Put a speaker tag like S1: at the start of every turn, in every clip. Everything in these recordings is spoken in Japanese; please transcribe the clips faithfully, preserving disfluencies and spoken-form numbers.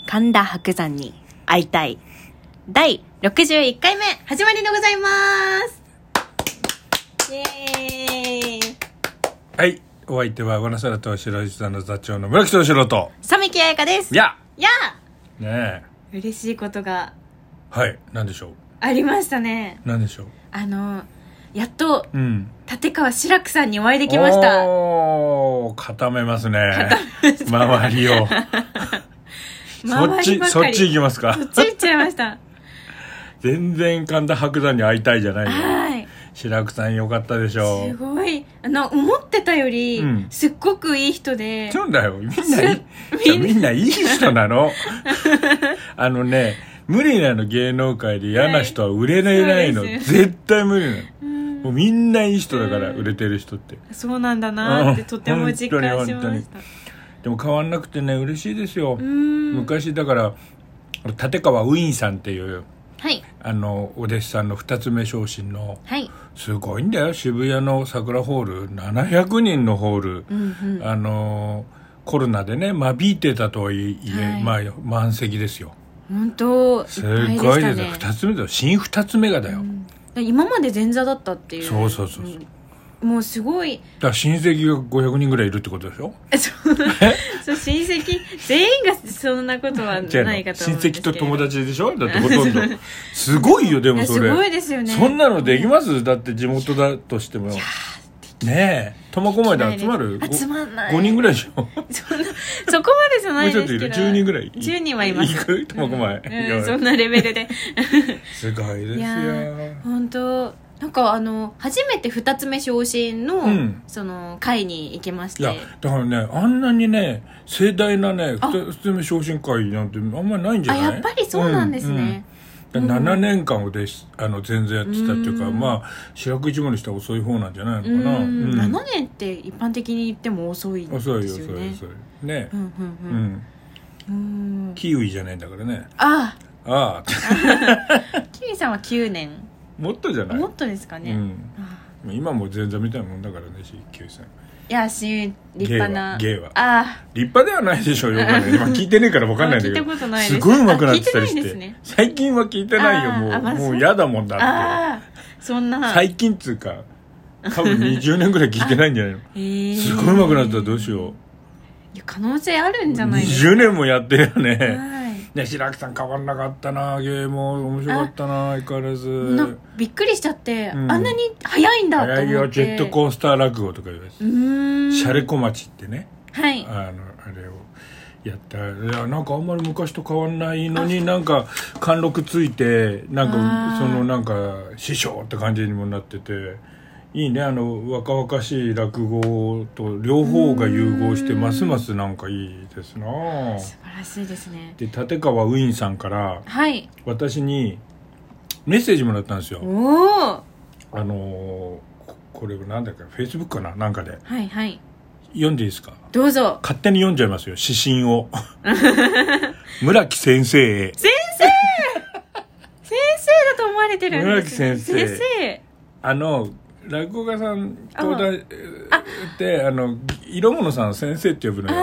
S1: 神田伯山に会いたいだいろくじゅういっかいめ始まりでございます。イエーイ。
S2: はい、お相手は小野空と白石さんの座長の村木敏郎と
S1: 鮫木彩香です。
S2: や
S1: や
S2: ね
S1: え嬉しいことが
S2: はい何でしょう
S1: ありましたね。
S2: 何でしょう
S1: あのやっと、
S2: うん、
S1: 立川志らくさんにお会いできました。
S2: おー固めますね周りをそっちそっち行きますか。
S1: そっち行っちゃいました
S2: 全然神田伯山に会いたいじゃないよ。
S1: はい、
S2: 志らくさんよかったでしょう。
S1: すごいあの思ってたより、うん、すっごくいい人で。
S2: そうだよ、みんないいみんな、みんないい人なのあのね、無理なの、芸能界で嫌な人は売れないの、はい、絶対無理なの。もうみんないい人だから売れてる人って。
S1: そうなんだなってとても実感しました。
S2: でも変わんなくてね嬉しいですよ。昔だから立川ウィンさんっていう、はい、あのお弟子さんの二つ目昇進の、はい、すごいんだよ。渋谷の桜ホールななひゃくにんのホール、うんうん、あのコロナでね間引いてたとはいえ、はい、まあ満席ですよ。
S1: 本当
S2: すごいですよ。二つ目だよ、新二つ目がだよ、
S1: うん、今まで前座だったっていう。
S2: そうそうそうそう、うん
S1: もうすごい。
S2: だから親戚がごひゃくにんぐらいいるってことでしょ。
S1: そうそう親戚全員がそんなことはないかと思うんですけど。親戚
S2: と友達でしょ。だってほとんどすごいよ。でもそれ
S1: すごいですよね。
S2: そんなのできます？だって地元だとしても。いやねえ苫小牧で集まる？
S1: 集まんない。
S2: ごにんぐらいでしょ。
S1: そんなそこまでじゃないですけど。もうちょっといる？
S2: じゅうにんぐらい。
S1: じゅうにんはいます。
S2: 行く苫小牧、
S1: うんうん、そんなレベルです
S2: ごいですよ。
S1: 本当なんかあの初めて二つ目昇進の、うん、その会に行きまして。
S2: いやだからねあんなにね盛大なね二つ目昇進会なんてあんまりないんじゃない？
S1: あやっぱりそうなんですね、
S2: うんうん、ななねんかんをであの全然やってたっていうか、まあ白く一門にしたら遅い方なんじゃないのかな。うん、
S1: うん、ななねんって一般的に言っても遅いですよね。遅い遅い遅
S2: いね、うんうんうん、キウイじゃないんだからね。
S1: あ
S2: あああ
S1: キウイさんはきゅうねん
S2: もっとじゃない？
S1: もっとですかね、
S2: うん、今も前座みたいなもんだからねキウイさん。い
S1: やし立派な
S2: 芸は、芸は
S1: あ
S2: 立派ではないでしょうよ、ね、今聞いてねえから分かんないんだけど聞いたことないです。すごい上手くなってたりして、ね、最近は聞いてないよ。もう、まあ、もう嫌だもんだって。
S1: あそんな
S2: 最近っつうか多分にじゅうねんぐらい聞いてないんじゃないのえー、すごい上手くなったらどうしよう。
S1: いや可能性あるんじゃないですか。
S2: にじゅうねんもやってるよね。ね、白木さん変わんなかったな。芸も面白かったな相変わらず。な
S1: びっくりしちゃって、うん、あんなに早いんだと思って。早いよ。
S2: ジェットコースター落語とか言われて、うーんシャレ小町ってね、はい、あのあれをやった。いやなんかあんまり昔と変わんないのになんか貫禄ついてなんかそのなんか師匠って感じにもなってていいね。あの若々しい落語と両方が融合してますますなんかいいですな。
S1: 素晴らしいですね。
S2: で立川ウィンさんから、はい、私にメッセージもらったんですよ。
S1: お
S2: あのこれなんだっけフェイスブックかななんかで、
S1: はいはい、
S2: 読んでいいですか？
S1: どうぞ。
S2: 勝手に読んじゃいますよ指針を村木先生へ。
S1: 先生先生だと思われてるんです。
S2: 村木先生
S1: 先生
S2: あの落語家さん東大ってあの色物さん先生って呼ぶのよ。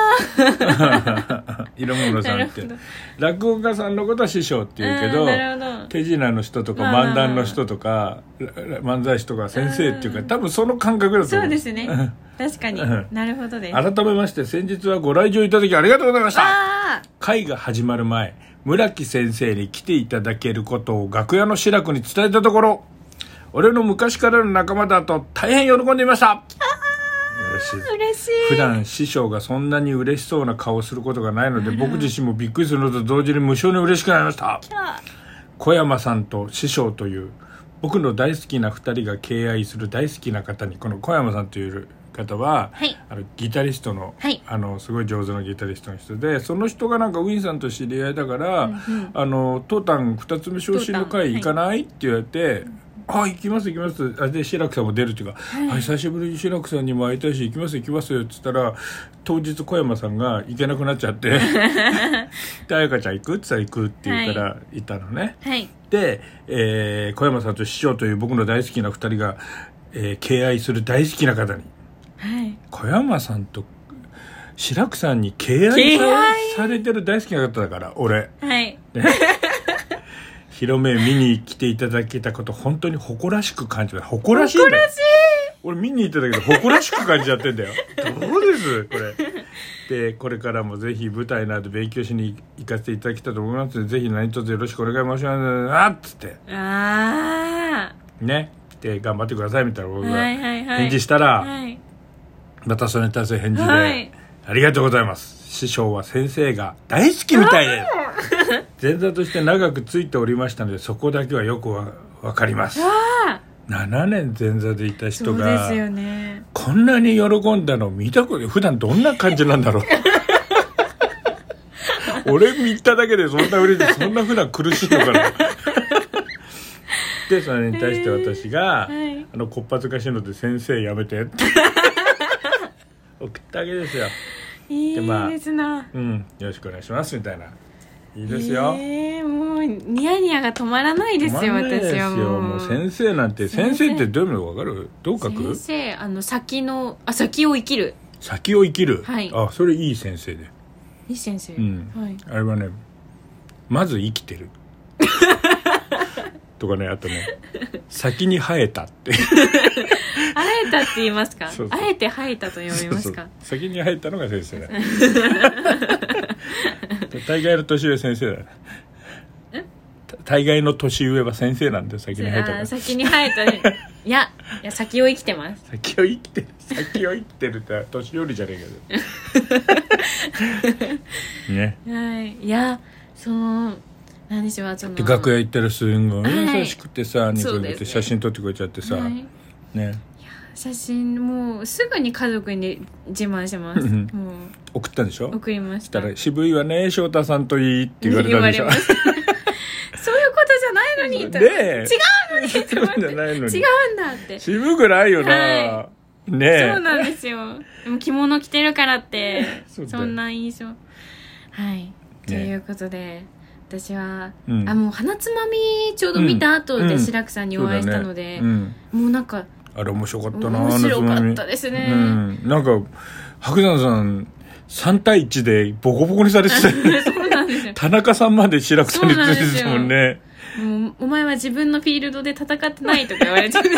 S2: 色物さんって落語家さんのことは師匠って言うけど手品の人とか漫談の人とか漫才師とか先生っていうか多分その感覚だと思う。
S1: そうですね確かになるほどです。
S2: 改めまして先日はご来場いただきありがとうございました。会が始まる前村木先生に来ていただけることを楽屋の志らくに伝えたところ俺の昔からの仲間だと大変喜んでいました。
S1: 嬉しい。
S2: 普段師匠がそんなに嬉しそうな顔をすることがないので僕自身もびっくりするのと同時に無性に嬉しくなりました。小山さんと師匠という僕の大好きなふたりが敬愛する大好きな方にこの小山さんという方は、はい、あのギタリストの、はい、あのすごい上手なギタリストの人でその人がなんかウィンさんと知り合いだから、うんうん、あのトータンふたつめ昇進の会行かない、はい、って言われて、あ行きます行きますあで志らくさんも出るっていうか、はいはい、久しぶりに志らくさんにも会いたいし行きます行きますよって言ったら当日小山さんが行けなくなっちゃってで彩香ちゃん行くって言ったら行くって言うから行ったのね、はい、で、えー、小山さんと師匠という僕の大好きなふたりが、えー、敬愛する大好きな方に、はい、小山さんと志らくさんに敬愛 さ, されてる大好きな方だから俺、
S1: はい、
S2: ね、広め見に来ていただけたこと本当に誇らしく感じる。誇らしいんだよ。
S1: 誇らしい。
S2: 俺見に行っただけで誇らしく感じちゃってんだよ。どうですこれで、これからもぜひ舞台など勉強しに行かせていただきたいと思いますので、ぜひ何卒よろしくお願い申しますあっつって
S1: あ
S2: ーねで頑張ってくださいみたいな僕が
S1: はいはいはい
S2: 返事したら、
S1: はい、
S2: またそれに対する返事で、
S1: はい、
S2: ありがとうございます。師匠は先生が大好きみたいです前座として長くついておりましたので、そこだけはよくわ分かります。
S1: あ
S2: ななねん前座でいた人が
S1: そうですよ、ね、
S2: こんなに喜んだの見たこと普段どんな感じなんだろう俺見ただけでそんな嬉しい、そんな普段苦しいのかなでそれに対して私が、えーはい、あのこっぱずかしいので先生やめてって送ったわけですよ。
S1: いいですな、
S2: まあ、うん、よろしくお願いしますみたいな。いいですよ。
S1: えー、もうニヤニヤが止まらないですよ。私はもう
S2: もう先生なんて、先生ってどういうのか分かる？どう書く？
S1: 先生、あの先のあ先を生きる。
S2: 先を生きる。
S1: はい。
S2: あ、それいい先生で。
S1: いい先生。
S2: うん。
S1: はい。
S2: あれはね、まず生きてる。とかね、あとね、先に生えたって生
S1: えたって言いますか？
S2: そうそう、
S1: あえて生えたと読みますか？
S2: そうそう、先に生えたのが先生だ大概の年上先生だ。大概の年上は先生なんで先に生えたから。
S1: 先に生えた、ね、いやいや先を生きてます。
S2: 先を生きてる先を生きてるって年寄りじゃねえけどね。
S1: はい。いやその何でしょう、その
S2: で楽屋行ったらすんごい優しくてさ、
S1: はい、
S2: ニコニコって写真撮ってくれちゃってさ、はい、ね。
S1: いや写真もうすぐに家族に自慢しますもう
S2: 送ったんでしょ？
S1: 送りました。
S2: したら渋いわね翔太さんといいって言われたんでしょ？
S1: そういうことじゃないのにと、ね、違うのにと思って違うんだって
S2: 渋くないよな、
S1: はい、
S2: ね。
S1: そうなんですよ。でも着物着てるからってそんな印象。はい、ということで、ね、私は、うん、あもう花つまみちょうど見た後で志らくさんにお会いしたので、うんうんね、もうなんか
S2: あれ面白かったな。
S1: 面白かったですね、
S2: うん、なんか白山さんさん対いちでボコボコにされてた
S1: そうなんですよ。
S2: 田中さんまで志らくさんについてたもんね。
S1: もうお前は自分のフィールドで戦ってないとか言われてね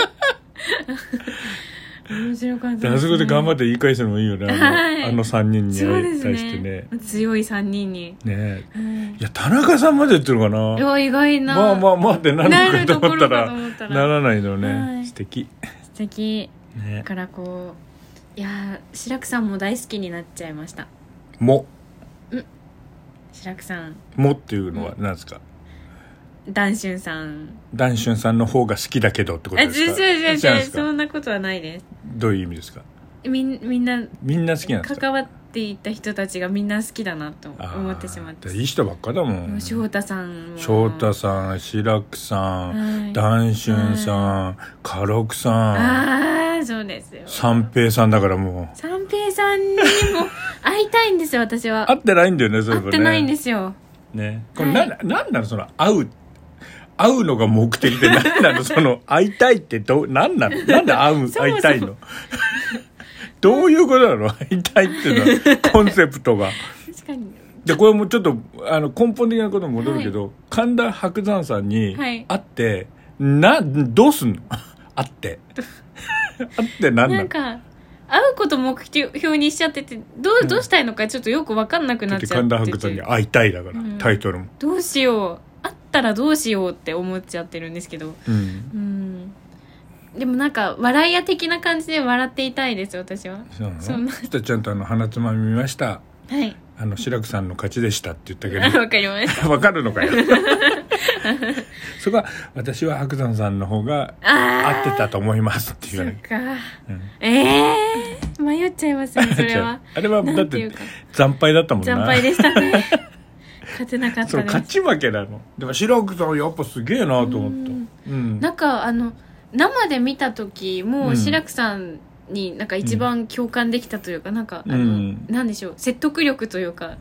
S1: 面白かったですね。
S2: あそこで頑張って言い返すのもいいよね、
S1: はい、
S2: あのさんにんに対してね、
S1: 強いさんにんに
S2: ね、はい、いや田中さんまで言ってるかな。
S1: いや意外な、
S2: まあまあまあってなるのかと思ったらならないのね、
S1: はい、
S2: 素敵
S1: 素敵、ね、だからこういや志らくさんも大好きになっちゃいました。
S2: も
S1: ん志らくさん
S2: もっていうのは何ですか？
S1: 談春さん
S2: 談春さんの方が好きだけどってことですか？
S1: 全然そんなことはないです。
S2: どういう意味ですか？
S1: み, みんな
S2: みんな好きなんですか？
S1: 関わっていた人たちがみんな好きだなと思ってしまって。
S2: いい人ばっかだもん。
S1: 翔太さんも
S2: 翔太さん、志らくさん、談春さん、家禄さん、
S1: ああそうですよ、
S2: 三平さんだからもう
S1: 三平さんにも会いたいんですよ私は。
S2: 会ってないんだよね。そういえばね、
S1: 会ってないんですよ
S2: ね。これ、はい、な, なんなのその会う会うのが目的で何なのその会いたいってど何なの？なんで会う会いたいのどういうことなの？会いたいっていうのはコンセプトが
S1: 確かに。
S2: でこれもちょっとあの根本的なことに戻るけど、はい、神田伯山さんに会って、はい、などうすんの会って会って何なの？
S1: なんか会うこと目標にしちゃっててど う, どうしたいのかちょっとよく分かんなくなっちゃってて、
S2: 神田伯山に会いたいだから、うん、タイトルも
S1: どうしよう会ったらどうしようって思っちゃってるんですけど、
S2: うん、
S1: うんでもなんか笑い屋的な感じで笑っていたいです私は。
S2: そうなの？そんな人ちゃんとあの鼻つまみ見ました。
S1: はい。
S2: あの志らくさんの勝ちでしたって言ったけど。
S1: わかりました。
S2: わかるのかよ。そこは私は白山さんの方が合ってたと思いますって言われる。
S1: そっか。うん、ええー、迷っちゃいますねそれは。
S2: あれはだって惨敗だったもんな。
S1: 惨敗でしたね。勝てなかったです。
S2: そう勝ち負けなの。でも志らくさんやっぱすげえなと思った。うん。
S1: なんかあの。生で見た時も志らくさんになんか一番共感できたというか、うん、なんかあの、うん、なんでしょう説得力というか、
S2: うん、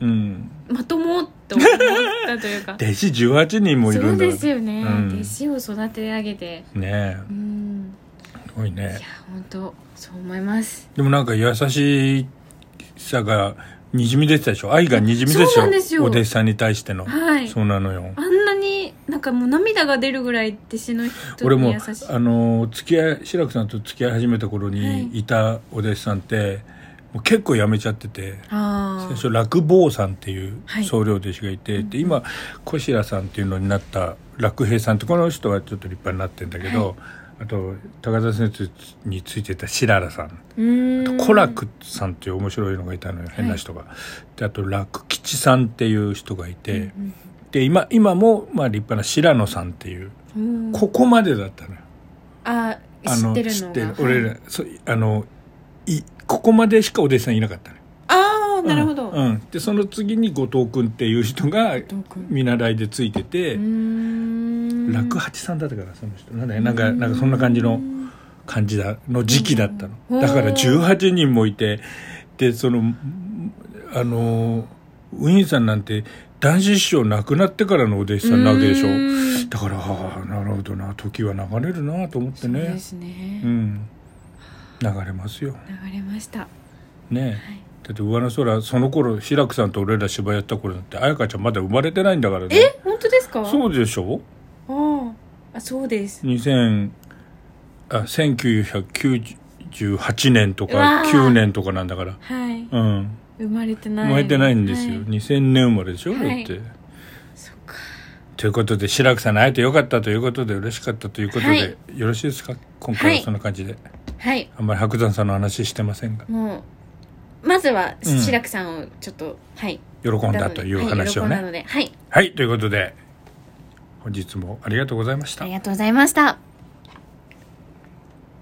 S1: まともと思ったというか
S2: 弟子じゅうはちにんもいるんだ。
S1: そうですよね、うん、弟子を育て上げて
S2: ねえ、
S1: うん、
S2: すごいね。いや
S1: 本当そう思います。
S2: でもなんか優しいさがにじみ出てたでしょ。愛がにじみ出てたでしょ。
S1: よ
S2: お弟子さんに対しての、
S1: はい、
S2: そうなのよ。
S1: あんなになんかもう涙が出るぐらい弟子の人に優しい。
S2: 俺もあの付き合い志らくさんと付き合い始めた頃にいたお弟子さんって、はい、もう結構辞めちゃってて、最初楽坊さんっていう僧侶弟子がいて、はい、で今小白さんっていうのになった楽平さんって、この人はちょっと立派になってるんだけど、はい、あと高田先生についてた白良さん、あと小楽さんっていう面白いのがいたのよ、変な人が、はい、であと楽吉さんっていう人がいて、うんうん、で 今, 今もまあ立派な白野さんっていう、ここまでだったのよ。
S1: ああ知ってるのが知ってる、
S2: 俺ら、はい、そあのいここまでしかお弟子さんいなかったのよ。
S1: ああなるほど、
S2: うんうん、でその次に後藤君っていう人が見習いでついてて、うーん楽八さんだったからその人なんだ、なんか、なんかそんな感じの感じだの時期だったの。だからじゅうはちにんもいて、でそのあのウィンさんなんて男子師匠亡くなってからのお弟子さんなわけでしょ。だからああなるほどな、時は流れるなと思ってね。
S1: そうですね、
S2: うん、流れますよ。
S1: 流れました
S2: ね、はい、だって上の空その頃志らくさんと俺ら芝居やった頃だって彩香ちゃんまだ生まれてないんだからね。
S1: え本当ですか。
S2: そうでしょ。
S1: ああそうです。
S2: にせんあせんきゅうひゃくきゅうじゅうはちねんとかきゅうねんとかなんだから、
S1: はい、
S2: うん、
S1: 生まれてない
S2: 生まれてないんですよ、はい、にせんねん生まれでしょ、はい、だって
S1: そっか。
S2: ということで志らくさんに会えてよかったということで嬉しかったということで、はい、よろしいですか。今回はそんな感じで、はい、あんまり白山さんの話してませんが、も
S1: うまずは志らくさんをちょっと、うん、はい
S2: 喜んだという話をね、
S1: はい、はい、
S2: はい、ということで本日もありがとうございました。
S1: ありがとうございました。